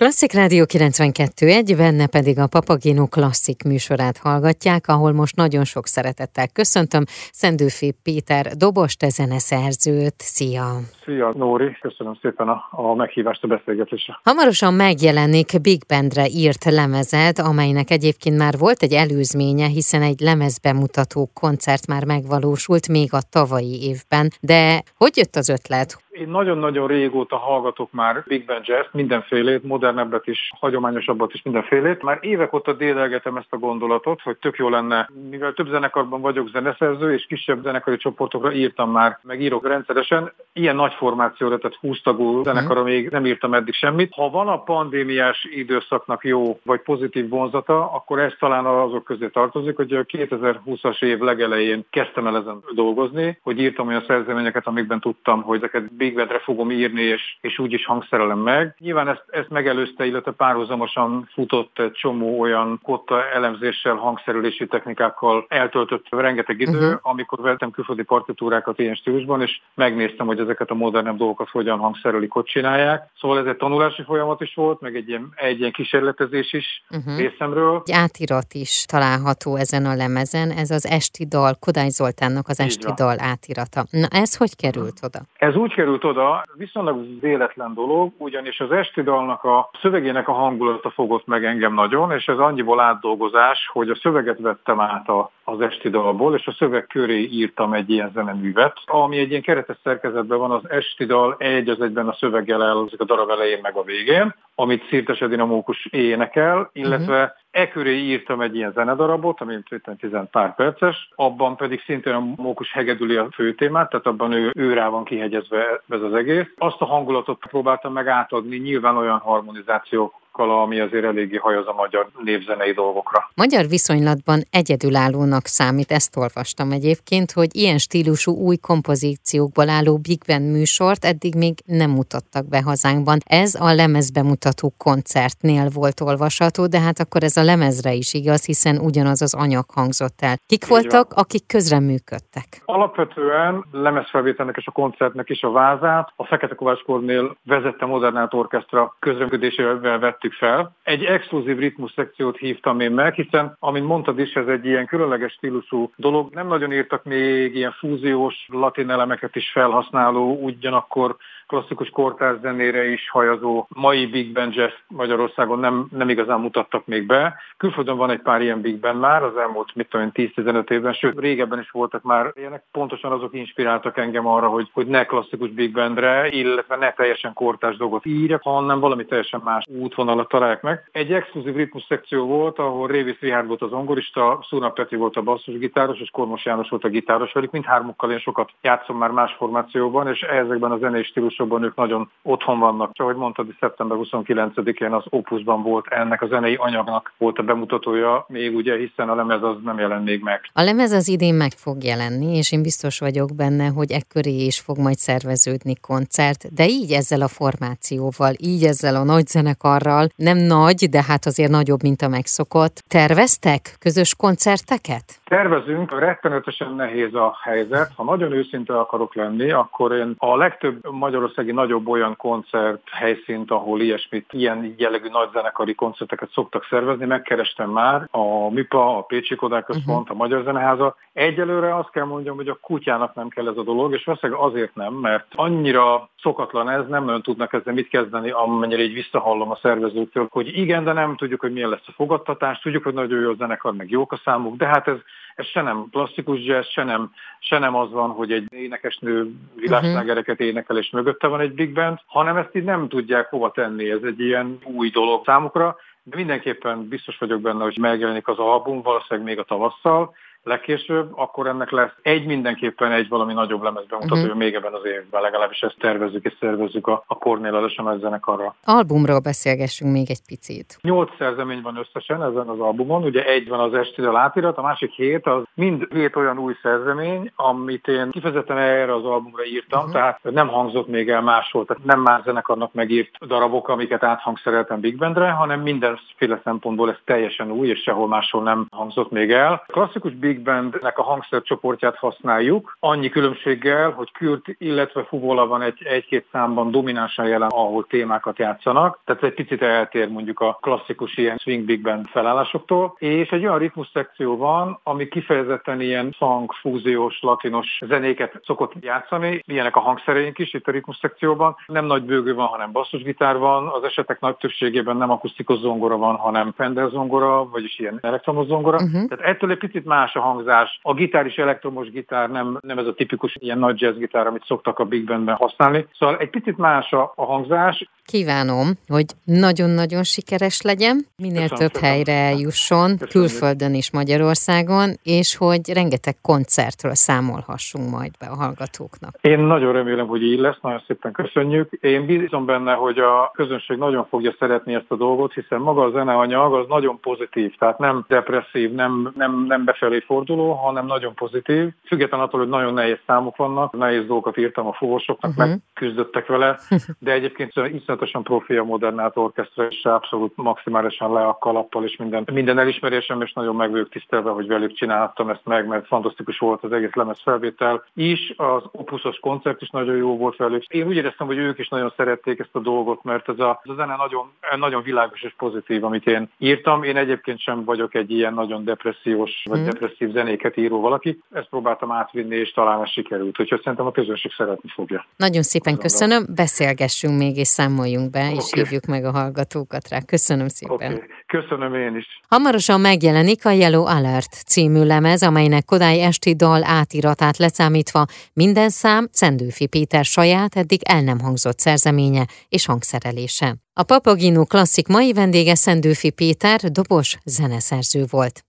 Klasszik Rádió 92.1, benne pedig a Papagino Klasszik műsorát hallgatják, ahol most nagyon sok szeretettel köszöntöm Szendőfi Péter dobost, zeneszerzőt. Szia! Szia, Nóri! Köszönöm szépen a meghívást a beszélgetésre. Hamarosan megjelenik Big Bandre írt lemezed, amelynek egyébként már volt egy előzménye, hiszen egy lemezbemutató koncert már megvalósult még a tavalyi évben. De hogy jött az ötlet? Én nagyon-nagyon régóta hallgatok már Big Band Jazz, mindenfélét, modernebbet is, hagyományosabbat is, mindenfélét. Már évek óta dédelgetem ezt a gondolatot, hogy tök jó lenne, mivel több zenekarban vagyok zeneszerző, és kisebb zenekari csoportokra írtam már, meg írok rendszeresen. Ilyen nagy formációra, tehát 20 tagú zenekarra még nem írtam eddig semmit. Ha van a pandémiás időszaknak jó vagy pozitív vonzata, akkor ez talán azok közé tartozik, hogy a 2020-as év legelején kezdtem el ezen dolgozni, hogy írtam olyan szerzeményeket, amikben tudtam, hogy ezeket Big Bandre fogom írni, és úgy is hangszerelem meg. Nyilván ezt megelőzte, illetve párhuzamosan futott egy csomó olyan kotta elemzéssel, hangszerelési technikákkal eltöltött rengeteg idő, amikor vettem külföldi partitúrákat ilyen stílusban, és megnéztem, hogy ezeket a modernebb dolgokat hogyan hangszerelik, hogy csinálják. Szóval ez egy tanulási folyamat is volt, meg egy ilyen kísérletezés is részemről. Egy átirat is található ezen a lemezen, ez az Esti dal, Kodály Zoltánnak az Esti dal átirata. Na ez hogy került oda? Ez úgy került oda, viszonylag véletlen dolog, ugyanis az Esti dalnak a szövegének a hangulata fogott meg engem nagyon, és ez annyiból átdolgozás, hogy a szöveget vettem át az Esti dalból, és a szöveg köré írtam egy ilyen zeneművet, ami egy ilyen keretes szerkezetben van, az Esti dal egy az egyben a szöveggel elhangzik a darab elején meg a végén, amit Szirtes Edina Mókus énekel, illetve köré írtam egy ilyen zenedarabot, ami 10 pár perces, abban pedig szintén a Mókus hegedüli a főtémát, tehát abban ő rá van kihegyezve ez az egész. Azt a hangulatot próbáltam meg átadni, nyilván olyan harmonizációkkal, ami azért eléggé hajaz a magyar népzenei dolgokra. Magyar viszonylatban egyedülállónak számít, ezt olvastam egyébként, hogy ilyen stílusú új kompozíciókból álló Big Band műsort eddig még nem mutattak be hazánkban. Ez a lemezbemutató koncertnél volt olvasható, de hát akkor ez a lemezre is igaz, hiszen ugyanaz az anyag hangzott el. Kik voltak, akik közreműködtek? Alapvetően lemezfelvételnek és a koncertnek is a vázát a Fekete Kovács Kornél vezette Modern Art Orchestra közreműködésével vettük fel. Egy exkluzív ritmus szekciót hívtam én meg, hiszen, amint mondtad is, ez egy ilyen különleges stílusú dolog. Nem nagyon írtak még ilyen fúziós latin elemeket is felhasználó, ugyanakkor klasszikus kortárs zenére is hajazó mai Big Band Jazz Magyarországon nem igazán mutattak még be. Külföldön van egy pár ilyen Big Band már, az elmúlt 10-15 évben, sőt régebben is voltak már ilyenek. Pontosan azok inspiráltak engem arra, hogy ne klasszikus Big Bandre, illetve ne teljesen kortárs dolgot írjak, hanem valami teljesen más útvonalat találják meg. Egy exkluzív ritmus szekció volt, ahol Révész Richárd volt az zongorista, Szurna Peti volt a basszusgitáros, és Kormos János volt a gitáros, velük mindhármukkal én sokat játszom már más formációban, és ezekben a zenei stílusokban ők nagyon otthon vannak. Csak ahogy mondtad, szeptember 29-én az Opusban volt ennek a zenei anyagnak volt a bemutatója, még ugye, hiszen a lemez az nem jelent még meg. A lemez az idén meg fog jelenni, és én biztos vagyok benne, hogy ekköré is fog majd szerveződni koncert, de így ezzel a formációval, így ezzel a nagy zenekarral, nem nagy, de hát azért nagyobb, mint a megszokott. Terveztek közös koncerteket? Tervezünk, rettenetesen nehéz a helyzet. Ha nagyon őszinte akarok lenni, akkor én a legtöbb magyarországi nagyobb olyan koncert helyszínt, ahol ilyen jellegű nagy zenekari koncerteket szoktak szervezni, megkerestem már a MIPA, a Pécsi Kodály Központ, a Magyar Zeneháza. Egyelőre azt kell mondjam, hogy a kutyának nem kell ez a dolog, és valószínűleg azért nem, mert annyira szokatlan ez, nem nagyon tudnak ezzel mit kezdeni, amennyire így visszahallom a szervezőktől, hogy igen, de nem tudjuk, hogy milyen lesz a fogadtatás, tudjuk, hogy nagyon jó a zenekar, meg jók a számuk, de hát ez se nem klasszikus jazz, se nem az van, hogy egy énekesnő világslágereket énekel, és mögötte van egy big band, hanem ezt így nem tudják hova tenni, ez egy ilyen új dolog számukra, de mindenképpen biztos vagyok benne, hogy megjelenik az album, valószínűleg még a tavasszal, legkésőbb, akkor ennek lesz mindenképpen egy valami nagyobb lemezbemutatója még ebben az évben, legalábbis ezt tervezzük és szervezzük a Kornéllal és a nagy zenekarral. Albumról beszélgessünk még egy picit. 8 szerzemény van összesen ezen az albumon, ugye egy van az Esti dal átirat, a másik 7 az mind 7 olyan új szerzemény, amit én kifejezetten erre az albumra írtam, tehát nem hangzott még el máshol, tehát nem más zenekarnak megírt darabok, amiket áthangszereltem Big Bandre, hanem mindenféle szempontból ez teljesen új, és sehol máshol nem hangzott még el. A klasszikus Big Bandnek a hangszercsoportját használjuk, annyi különbséggel, hogy Kürt, illetve Fuvola van egy-két számban dominánsan jelen, ahol témákat játszanak, tehát egy picit eltér mondjuk a klasszikus ilyen swing Big Band felállásoktól, és egy olyan ritmus szekció van, ami kifejezetten ilyen funk, fúziós, latinos zenéket szokott játszani, ilyenek a hangszereink is itt a ritmus szekcióban. Nem nagy bőgő van, hanem basszusgitár van, az esetek nagy többségében nem akusztikus zongora van, hanem Fender zongora, vagyis ilyen elektromos zongora. Tehát ettől egy picit más a hangzás. A gitár is elektromos gitár, nem ez a tipikus ilyen nagy jazzgitár, amit szoktak a Big Bandben használni. Szóval egy picit más a hangzás. Kívánom, hogy nagyon-nagyon sikeres legyen, minél több helyre eljusson, külföldön is Magyarországon, és hogy rengeteg koncertről számolhassunk majd be a hallgatóknak. Én nagyon remélem, hogy így lesz, nagyon szépen köszönjük. Én bízom benne, hogy a közönség nagyon fogja szeretni ezt a dolgot, hiszen maga a zeneanyag az nagyon pozitív, tehát nem depresszív, nem befelé forduló, hanem nagyon pozitív. Függetlenül attól, hogy nagyon nehéz számok vannak, nehéz dolgokat írtam a fúvósoknak, megküzdöttek vele, de egyébként iszonyatosan profi a Modern Art Orchestra, és abszolút maximálisan le a kalappal, és minden elismerésem, és nagyon meg vagyok tisztelve, hogy velük csináltam ezt meg, mert fantasztikus volt az egész lemezfelvétel is, az opuszos koncert is nagyon jó volt velük. Én úgy éreztem, hogy ők is nagyon szerették ezt a dolgot, mert ez a zene nagyon világos és pozitív, amit én írtam. Én egyébként sem vagyok egy ilyen nagyon depressziós vagy depresszív zenéket író valaki. Ezt próbáltam átvinni, és talán ez sikerült. Úgyhogy szerintem a közönség szeretni fogja. Nagyon szépen köszönöm. Beszélgessünk még, és számoljunk be, és hívjuk meg a hallgatókat rá. Köszönöm szépen. Köszönöm én is. Hamarosan megjelenik a Yellow Alert című lemez, amelynek Kodály Esti dal átiratát leszámítva minden szám Szendőfi Péter saját, eddig el nem hangzott szerzeménye és hangszerelése. A Papagino Klasszik mai vendége Szendőfi Péter, dobos zeneszerző volt.